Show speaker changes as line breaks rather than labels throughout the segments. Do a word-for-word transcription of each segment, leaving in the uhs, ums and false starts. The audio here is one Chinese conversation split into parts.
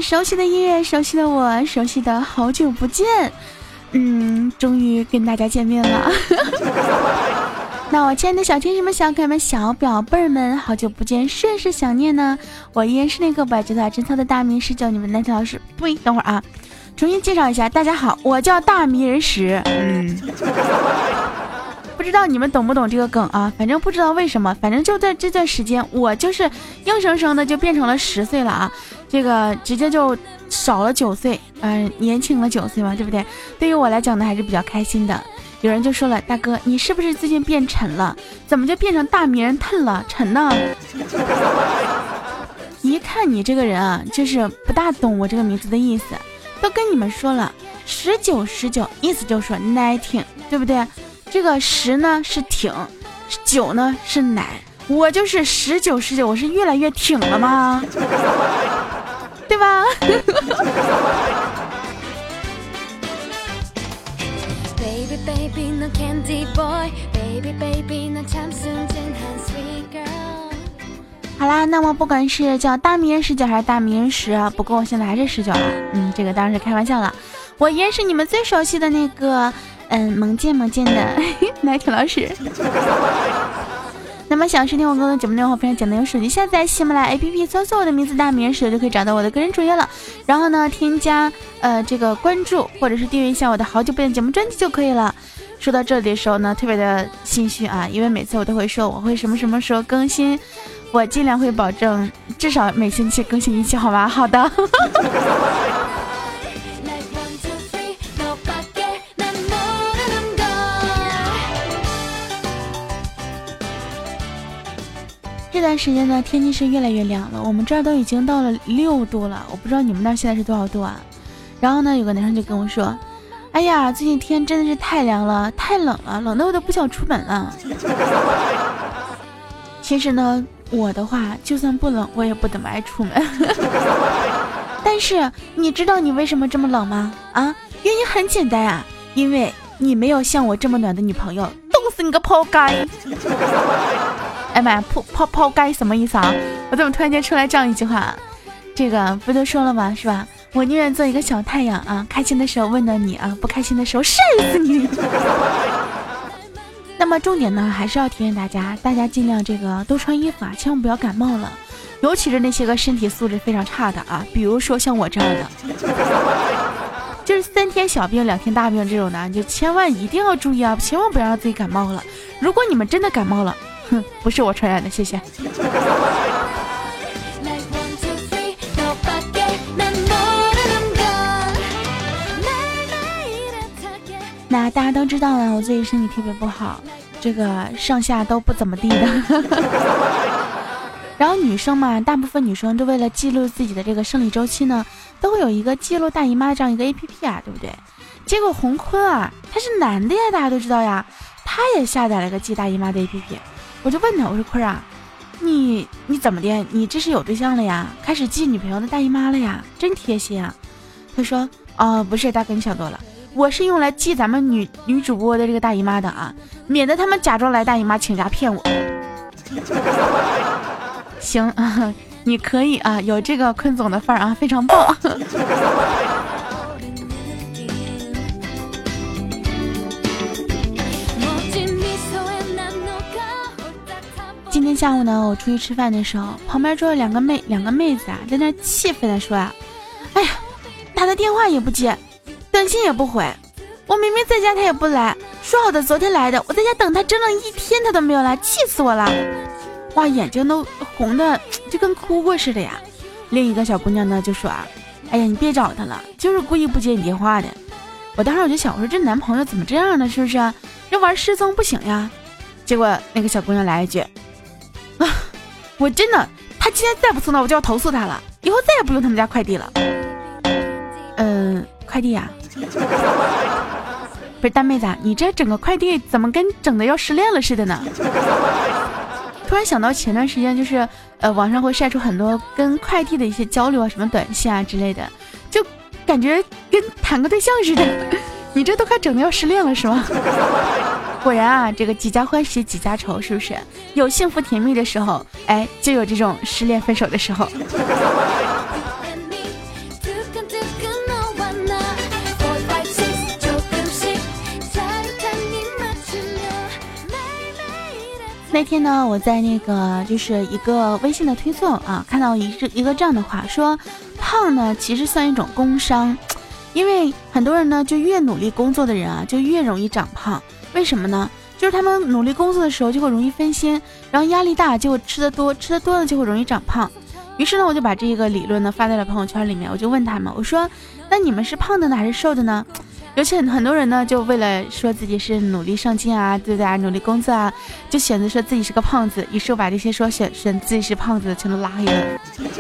熟悉的音乐，熟悉的我，熟悉的好久不见。嗯，终于跟大家见面了。那我亲爱的小天使们、小可爱们、小表贝儿们，好久不见，甚是想念呢。我依然是那个百折打贞操的大名师，叫你们那条老师。不，等会儿啊，重新介绍一下，大家好，我叫大迷人石。嗯。不知道你们懂不懂这个梗啊？反正不知道为什么，反正就在这段时间，我就是硬生生的就变成了十岁了啊！这个直接就少了九岁，嗯、呃，年轻了九岁嘛，对不对？对于我来讲呢，还是比较开心的。有人就说了，大哥，你是不是最近变沉了？怎么就变成大迷人腾了？沉呢？一看你这个人啊，就是不大懂我这个名字的意思。都跟你们说了，十九十九，意思就是说nineteen，对不对？这个十呢是挺，九呢是奶，我就是十九十九，我是越来越挺了吗？对吧？好啦，那么不管是叫大迷人十九还是大迷人十，不过我现在还是十九啊。嗯，这个当然是开玩笑了。我依然是你们最熟悉的那个。嗯，萌见萌见的奶挺老师。那么想收听我更多的节目内容，非常简单，用手机下载喜马拉雅 A P P， 搜索我的名字大名时就可以找到我的个人主页了。然后呢，添加呃这个关注或者是订阅一下我的好久不见节目专辑就可以了。说到这里的时候呢，特别的心虚啊，因为每次我都会说我会什么什么时候更新，我尽量会保证至少每星期更新一期，好吧？好的。这段时间呢，天气是越来越凉了，我们这儿都已经到了六度了，我不知道你们那儿现在是多少度啊？然后呢，有个男生就跟我说：“哎呀，最近天真的是太凉了，太冷了，冷得我都不想出门了。”其实呢，我的话就算不冷，我也不怎么爱出门。但是你知道你为什么这么冷吗？啊，原因很简单啊，因为你没有像我这么暖的女朋友，冻死你个抛该！哎妈呀，抛抛抛该什么意思啊？我怎么突然间出来这样一句话？这个不都说了吗？是吧？我宁愿做一个小太阳啊，开心的时候温暖你啊，不开心的时候晒死你。那么重点呢，还是要提醒大家，大家尽量这个多穿衣服啊，千万不要感冒了，尤其是那些个身体素质非常差的啊，比如说像我这样的，就是三天小病两天大病这种的，就千万一定要注意啊，千万不要让自己感冒了。如果你们真的感冒了，哼，不是我传染的，谢谢。那大家都知道了，我最近身体特别不好，这个上下都不怎么地的。然后女生嘛，大部分女生都为了记录自己的这个生理周期呢，都会有一个记录大姨妈的这样一个 A P P 啊，对不对？结果洪坤啊，他是男的呀，大家都知道呀，他也下载了个记大姨妈的 A P P。我就问他，我说坤儿啊，你你怎么的？你这是有对象了呀？开始记女朋友的大姨妈了呀？真贴心啊！他说，哦，不是，大哥你想多了，我是用来记咱们女女主播的这个大姨妈的啊，免得他们假装来大姨妈请假骗我。行啊，你可以啊，有这个坤总的范儿啊，非常棒。今天下午呢，我出去吃饭的时候，旁边坐了两个妹两个妹子啊，在那气愤的说啊，哎呀，打的电话也不接，短信也不回，我明明在家他也不来，说好的昨天来的，我在家等他整整一天他都没有来，气死我了！哇，眼睛都红的就跟哭过似的呀。另一个小姑娘呢就说啊，哎呀，你别找他了，就是故意不接你电话的。我当时我就想，我说这男朋友怎么这样呢？是不是？这玩失踪不行呀？结果那个小姑娘来一句。啊！我真的，他今天再不送到，我就要投诉他了。以后再也不用他们家快递了。嗯、呃，快递呀、啊，不是大妹子，你这整个快递怎么跟整的要失恋了似的呢？突然想到前段时间，就是呃，网上会晒出很多跟快递的一些交流啊，什么短信啊之类的，就感觉跟谈个对象似的。你这都快整的要失恋了是吗？果然啊，这个几家欢喜几家愁，是不是？有幸福甜蜜的时候，哎，就有这种失恋分手的时候。 那天呢，我在那个就是一个微信的推送啊，看到一个一个这样的话，说胖呢其实算一种工伤，因为很多人呢就越努力工作的人啊，就越容易长胖。为什么呢？就是他们努力工作的时候就会容易分心，然后压力大就会吃得多，吃得多了就会容易长胖。于是呢，我就把这个理论呢发在了朋友圈里面，我就问他们，我说那你们是胖的呢还是瘦的呢？尤其很很多人呢就为了说自己是努力上进啊，对不对啊，努力工作啊，就选择说自己是个胖子，于是我把这些说选选自己是胖子的全都拉黑了。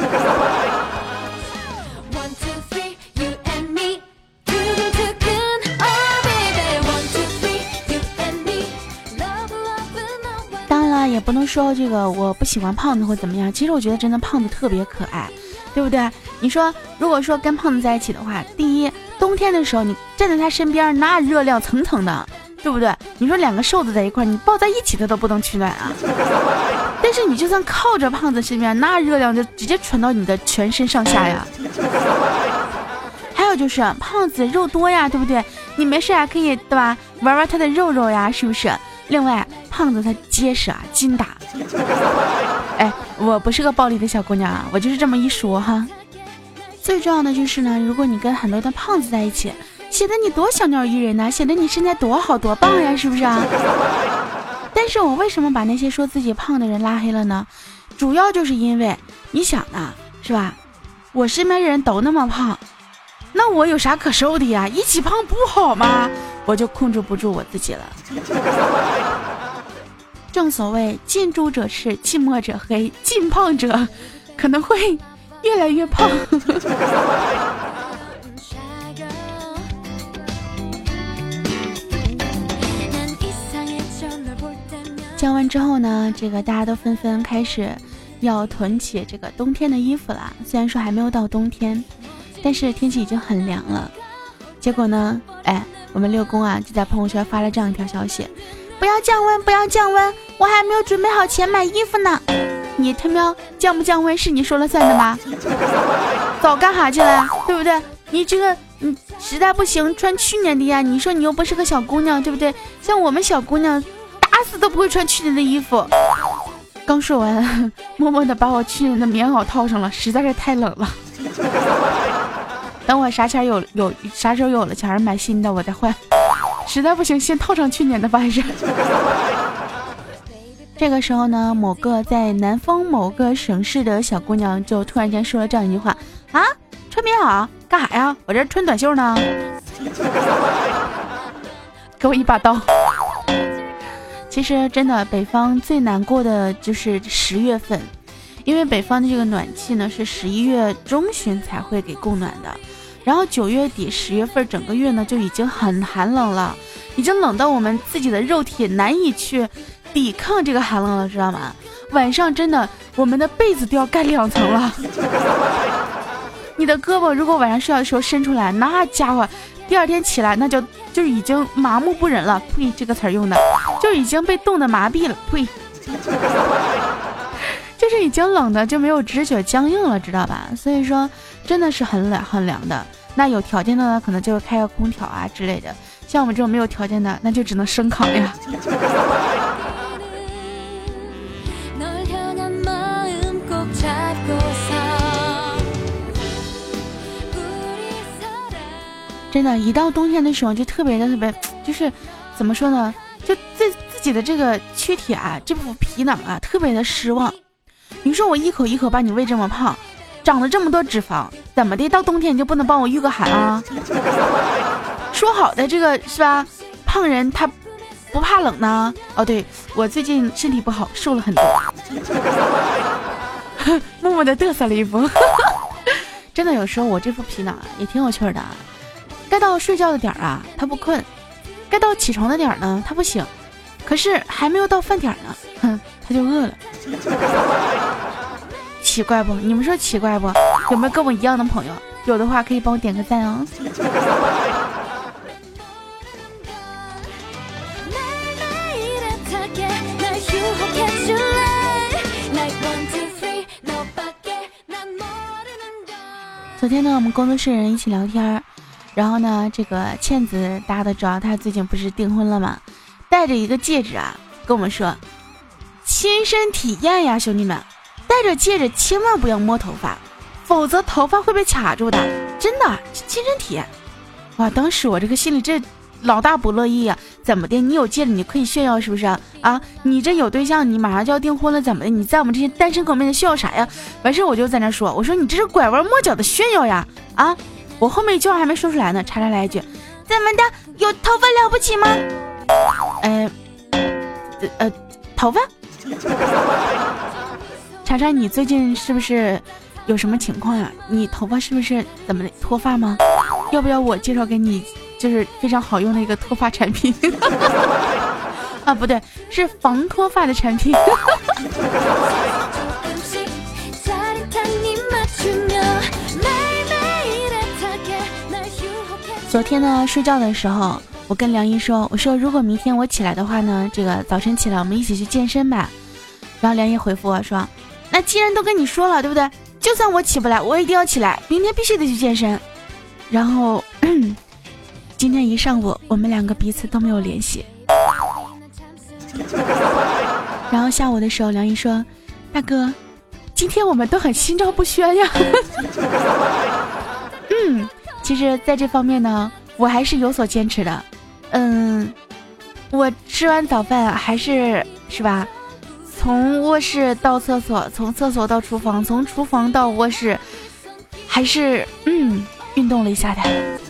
也不能说这个我不喜欢胖子或怎么样，其实我觉得真的胖子特别可爱，对不对？你说如果说跟胖子在一起的话，第一，冬天的时候你站在他身边，那热量层层的，对不对？你说两个瘦子在一块，你抱在一起他都不能取暖啊。但是你就算靠着胖子身边，那热量就直接传到你的全身上下呀。还有就是胖子肉多呀，对不对？你没事啊可以对吧，玩玩他的肉肉呀，是不是？另外胖子他结实啊，筋打。哎，我不是个暴力的小姑娘啊，我就是这么一说哈。最重要的就是呢，如果你跟很多的胖子在一起，显得你多小鸟依人呢，显得你身材多好多棒呀，是不是啊？但是我为什么把那些说自己胖的人拉黑了呢？主要就是因为你想呢，是吧？我身边人都那么胖，那我有啥可瘦的呀？一起胖不好吗？我就控制不住我自己了。正所谓近朱者赤，近墨者黑，近胖者可能会越来越胖。降温之后呢，这个大家都纷纷开始要囤起这个冬天的衣服了。虽然说还没有到冬天，但是天气已经很凉了。结果呢，哎，我们六公啊就在朋友圈发了这样一条消息：不要降温，不要降温，我还没有准备好钱买衣服呢。你他喵降不降温是你说了算的吗？早干哈去了，对不对？你这个你实在不行穿去年的呀，你说你又不是个小姑娘，对不对？像我们小姑娘打死都不会穿去年的衣服。刚说完，默默的把我去年的棉袄套上了，实在是太冷了。等我啥钱有有啥时候有了钱买新的我再换，实在不行先套上去年的吧还是。这个时候呢，某个在南方某个省市的小姑娘就突然间说了这样一句话：啊，穿棉袄干啥呀？我这穿短袖呢。给我一把刀。其实真的北方最难过的就是十月份，因为北方的这个暖气呢是十一月中旬才会给供暖的，然后九月底十月份整个月呢就已经很寒冷了，已经冷到我们自己的肉体难以去抵抗这个寒冷了，知道吗？晚上真的我们的被子都要盖两层了。你的胳膊如果晚上睡觉的时候伸出来，那家伙第二天起来那就就已经麻木不仁了，呸，这个词儿用的就已经被冻得麻痹了，呸，就是已经冷的就没有知觉僵硬了，知道吧？所以说真的是很凉很凉的。那有条件的呢可能就会开个空调啊之类的，像我们这种没有条件的那就只能生扛呀。真的，一到冬天的时候就特别的特别，就是怎么说呢，就自自己的这个躯体啊，这副皮囊啊，特别的失望。你说我一口一口把你喂这么胖，长了这么多脂肪，怎么的？到冬天你就不能帮我御个寒啊？说好的这个是吧？胖人他不怕冷呢？哦，对，我最近身体不好，瘦了很多，默默的嘚瑟了一波。真的，有时候我这副皮囊啊，也挺有趣的。该到睡觉的点儿啊，他不困；该到起床的点儿呢，他不醒。可是还没有到饭点儿呢，哼，他就饿了。奇怪不？你们说奇怪不？有没有跟我一样的朋友？有的话可以帮我点个赞哦。昨天呢，我们工作室人一起聊天，然后呢，这个倩子大家都知道，她最近不是订婚了吗？带着一个戒指啊，跟我们说， 亲身体验呀，兄弟们，戴着戒指千万不要摸头发，否则头发会被卡住的，真的，亲身体验。哇，当时我这个心里这老大不乐意呀、啊，怎么的？你有戒指你可以炫耀是不是啊？你这有对象，你马上就要订婚了，怎么的？你在我们这些单身狗面前炫耀啥呀？完事我就在那说，我说你这是拐弯抹角的炫耀呀！啊，我后面一句话还没说出来呢，查查来一句，怎么的？有头发了不起吗？呃，呃，头发？查查，你最近是不是有什么情况呀？你头发是不是怎么的脱发吗？要不要我介绍给你，就是非常好用的一个脱发产品？啊，不对，是防脱发的产品。昨天呢，睡觉的时候，我跟梁一说，我说如果明天我起来的话呢，这个早晨起来我们一起去健身吧。然后梁一回复我说，那既然都跟你说了，对不对？就算我起不来，我一定要起来，明天必须得去健身。然后今天一上午我们两个彼此都没有联系。然后下午的时候梁一说，大哥，今天我们都很心照不宣呀。嗯，其实在这方面呢，我还是有所坚持的。嗯，我吃完早饭还是是吧，从卧室到厕所，从厕所到厨房，从厨房到卧室，还是嗯运动了一下的。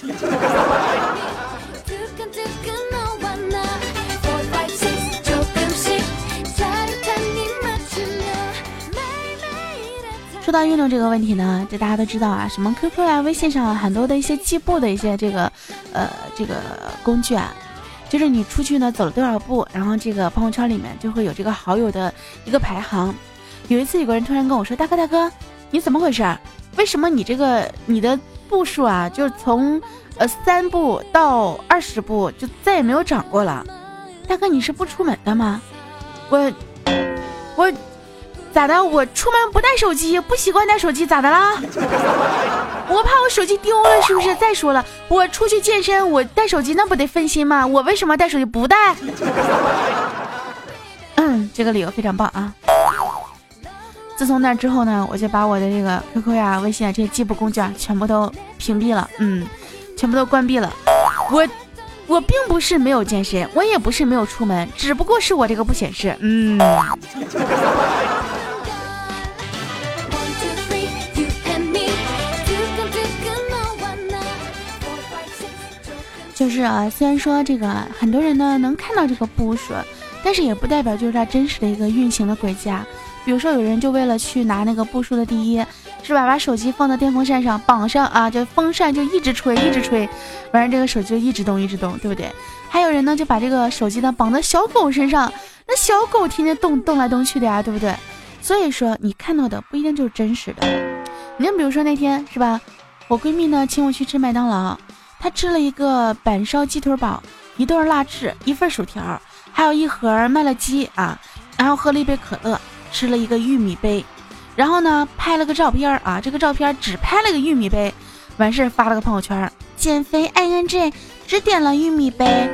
说到运动这个问题呢，这大家都知道啊，什么 Q Q 啊、微信上啊，很多的一些计步的一些这个呃这个工具啊，就是你出去呢走了多少步，然后这个朋友圈里面就会有这个好友的一个排行。有一次有个人突然跟我说，大哥大哥，你怎么回事？为什么你这个你的步数啊，就从呃三步到二十步就再也没有涨过了？大哥，你是不出门的吗？我我。咋的？我出门不带手机，不习惯带手机，咋的啦？我怕我手机丢了，是不是？再说了，我出去健身，我带手机那不得分心吗？我为什么带手机不带？嗯，这个理由非常棒啊！自从那之后呢，我就把我的这个 Q Q 呀、微信啊这些计步工具啊全部都屏蔽了，嗯，全部都关闭了。我我并不是没有健身，我也不是没有出门，只不过是我这个不显示，嗯。就是啊，虽然说这个很多人呢能看到这个步数，但是也不代表就是它真实的一个运行的轨迹啊。比如说有人就为了去拿那个步数的第一，是吧？把手机放到电风扇上绑上啊，就风扇就一直吹一直吹，完了这个手机就一直动一直动，对不对？还有人呢就把这个手机呢绑在小狗身上，那小狗天天动动来动去的呀，对不对？所以说你看到的不一定就是真实的。你就比如说那天是吧，我闺蜜呢请我去吃麦当劳。他吃了一个板烧鸡腿堡，一对辣翅，一份薯条，还有一盒麦乐鸡啊，然后喝了一杯可乐，吃了一个玉米杯，然后呢拍了个照片啊，这个照片只拍了个玉米杯，完事发了个朋友圈，减肥 I N G 只点了玉米杯。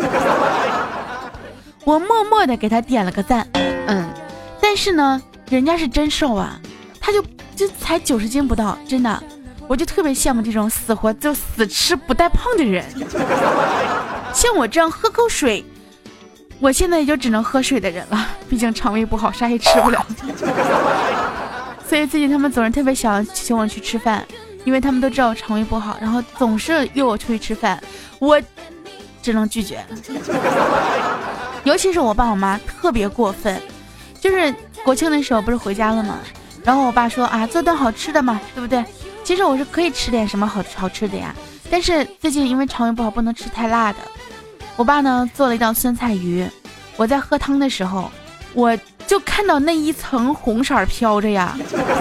我默默的给他点了个赞，嗯，但是呢人家是真瘦啊，他就就才九十斤不到，真的。我就特别羡慕这种死活就死吃不带胖的人，像我这样喝口水，我现在也就只能喝水的人了，毕竟肠胃不好，啥也吃不了。所以最近他们总是特别想请我去吃饭，因为他们都知道我肠胃不好，然后总是约我出去吃饭，我只能拒绝。尤其是我爸我妈特别过分，就是国庆的时候不是回家了吗？然后我爸说啊，做顿好吃的嘛，对不对？其实我是可以吃点什么好好吃的呀，但是最近因为肠胃不好，不能吃太辣的。我爸呢做了一道酸菜鱼，我在喝汤的时候，我就看到那一层红色飘着呀，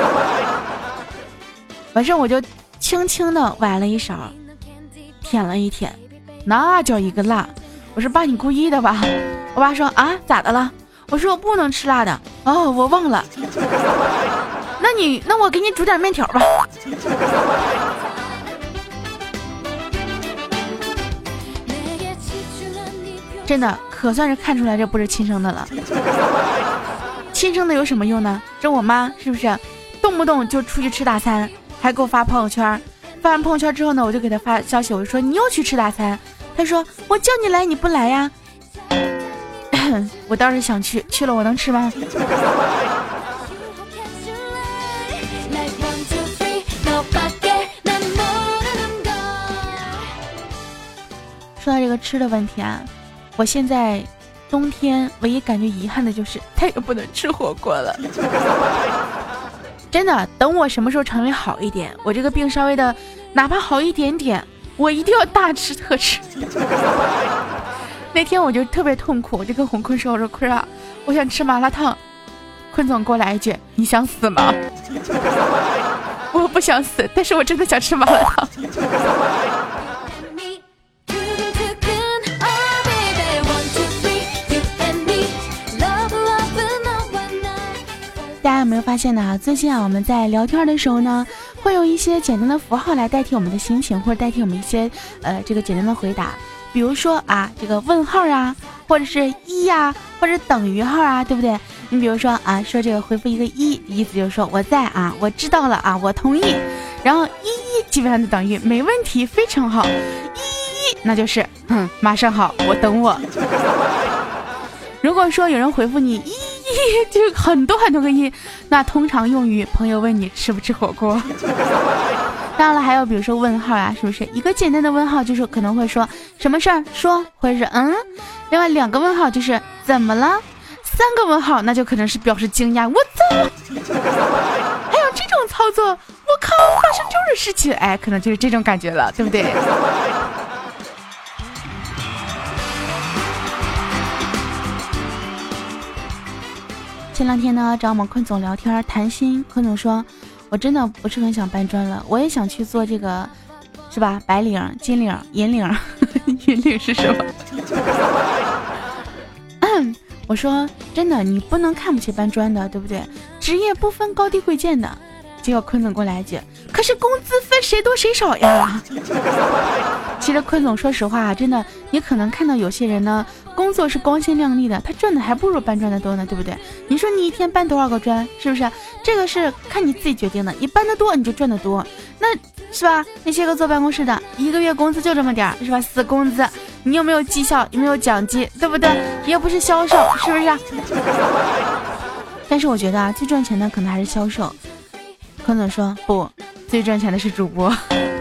完事我就轻轻的崴了一勺，舔了一舔，那叫一个辣。我说爸，你故意的吧？我爸说啊，咋的了？我说我不能吃辣的。哦，我忘了。那你那我给你煮点面条吧。真的可算是看出来这不是亲生的了。 亲生的有什么用呢？这我妈是不是动不动就出去吃大餐，还给我发朋友圈，发完朋友圈之后呢，我就给她发消息，我就说你又去吃大餐，她说我叫你来你不来呀。我倒是想去，去了我能吃吗？说到这个吃的问题啊，我现在冬天唯一感觉遗憾的就是再也不能吃火锅了。真的，等我什么时候肠胃好一点，我这个病稍微的哪怕好一点点，我一定要大吃特吃。那天我就特别痛苦，我就跟洪坤说，我说坤啊，我想吃麻辣烫。坤总给我来一句，你想死吗？我不想死，但是我真的想吃麻辣烫。大家有没有发现呢？最近啊，我们在聊天的时候呢，会有一些简单的符号来代替我们的心情，或者代替我们一些呃这个简单的回答。比如说啊，这个问号啊，或者是一呀、啊，或者等于号啊，对不对？你比如说啊，说这个回复一个一，意思就是说我在啊，我知道了啊，我同意。然后一一基本上就等于没问题，非常好。一一那就是嗯，马上好，我等我。如果说有人回复你一一，就很多很多个一，那通常用于朋友问你吃不吃火锅。当然了，还有比如说问号啊，是不是一个简单的问号就是可能会说什么事儿说，或者是嗯，另外两个问号就是怎么了，三个问号那就可能是表示惊讶，我操，还有这种操作，我靠，发生这种事情，哎，可能就是这种感觉了，对不对？前两天呢，找我们坤总聊天谈心，坤总说我真的不是很想搬砖了，我也想去做这个，是吧？白领、金领、银领，银领是什么？我说真的，你不能看不起搬砖的，对不对？职业不分高低贵贱的。结果坤总过来一句，可是工资分谁多谁少呀。其实坤总说实话，真的，你可能看到有些人呢，工作是光鲜亮丽的，他赚的还不如搬砖的多呢，对不对？你说你一天搬多少个砖，是不是？这个是看你自己决定的，你搬得多你就赚得多，那是吧？那些个坐办公室的，一个月工资就这么点儿，是吧？死工资，你有没有绩效？有没有奖金？对不对？也不是销售，是不是？但是我觉得啊，最赚钱的可能还是销售。坤总说不，最赚钱的是主播。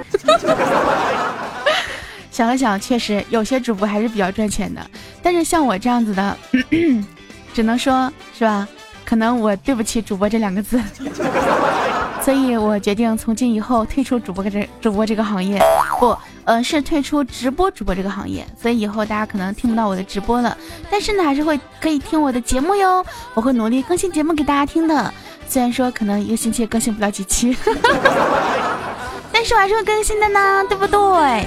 想了想，确实有些主播还是比较赚钱的，但是像我这样子的，咳咳只能说是吧？可能我对不起主播这两个字，所以我决定从今以后退出主播这主播这个行业，不，呃，是退出直播主播这个行业。所以以后大家可能听不到我的直播了，但是呢，还是会可以听我的节目哟。我会努力更新节目给大家听的，虽然说可能一个星期也更新不了几期，但是我还是会更新的呢，对不对？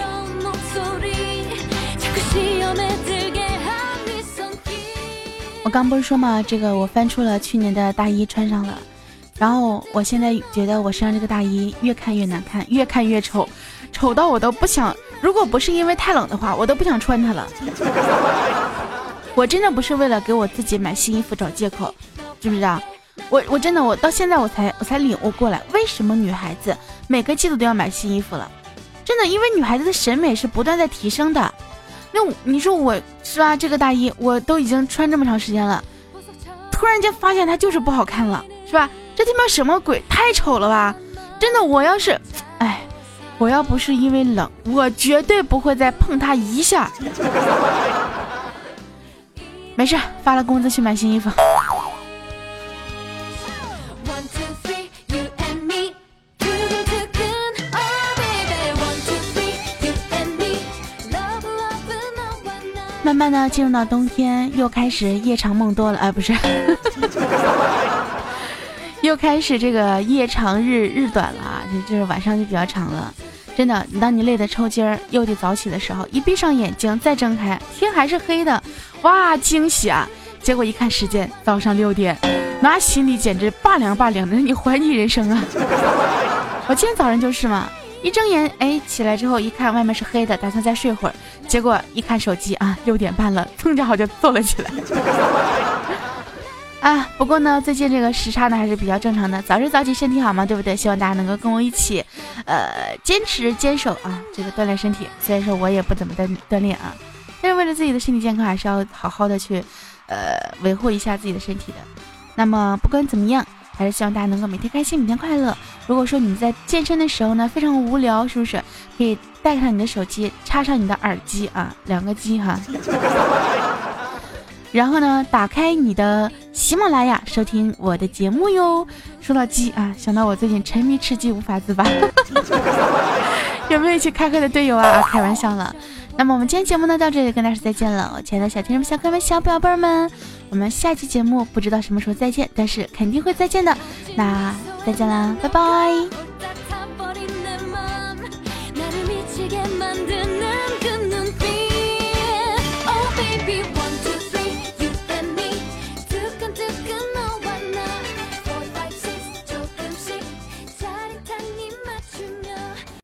我刚不是说嘛，这个我翻出了去年的大衣穿上了，然后我现在觉得我身上这个大衣越看越难看，越看越丑，丑到我都不想，如果不是因为太冷的话，我都不想穿它了。我真的不是为了给我自己买新衣服找借口，知不知道？我我真的我到现在我才我才领悟过来，为什么女孩子每个季度都要买新衣服了？真的，因为女孩子的审美是不断在提升的。那你说我是吧？这个大衣我都已经穿这么长时间了，突然间发现它就是不好看了，是吧？这他妈什么鬼？太丑了吧！真的，我要是，哎，我要不是因为冷，我绝对不会再碰它一下。没事，发了工资去买新衣服。慢慢的进入到冬天，又开始夜长梦多了，哎，不是，又开始这个夜长日日短了啊，就就是晚上就比较长了。真的，当你累得抽筋儿，又得早起的时候，一闭上眼睛再睁开，天还是黑的，哇，惊喜啊！结果一看时间，早上六点，那心里简直拔凉拔凉的，你怀疑人生啊！我今天早上就是嘛。一睁眼，哎，起来之后一看外面是黑的，打算再睡会儿，结果一看手机啊，六点半了，蹭着好就坐了起来。 啊，不过呢，最近这个时差呢还是比较正常的，早睡早起身体好嘛，对不对？希望大家能够跟我一起，呃，坚持坚守啊，这个锻炼身体。虽然说我也不怎么锻锻炼啊，但是为了自己的身体健康，还是要好好的去，呃，维护一下自己的身体的。那么不管怎么样，还是希望大家能够每天开心，每天快乐。如果说你们在健身的时候呢，非常无聊，是不是可以带上你的手机，插上你的耳机啊，两个机哈。然后呢，打开你的喜马拉雅收听我的节目哟。说到鸡啊，想到我最近沉迷吃鸡无法自拔，有没有一起开会的队友啊？开玩笑了。那么我们今天节目呢到这里跟大家说再见了，我亲爱的小天使们、小可爱们、小宝贝儿们，我们下期节目不知道什么时候再见，但是肯定会再见的。那再见啦，拜拜。baby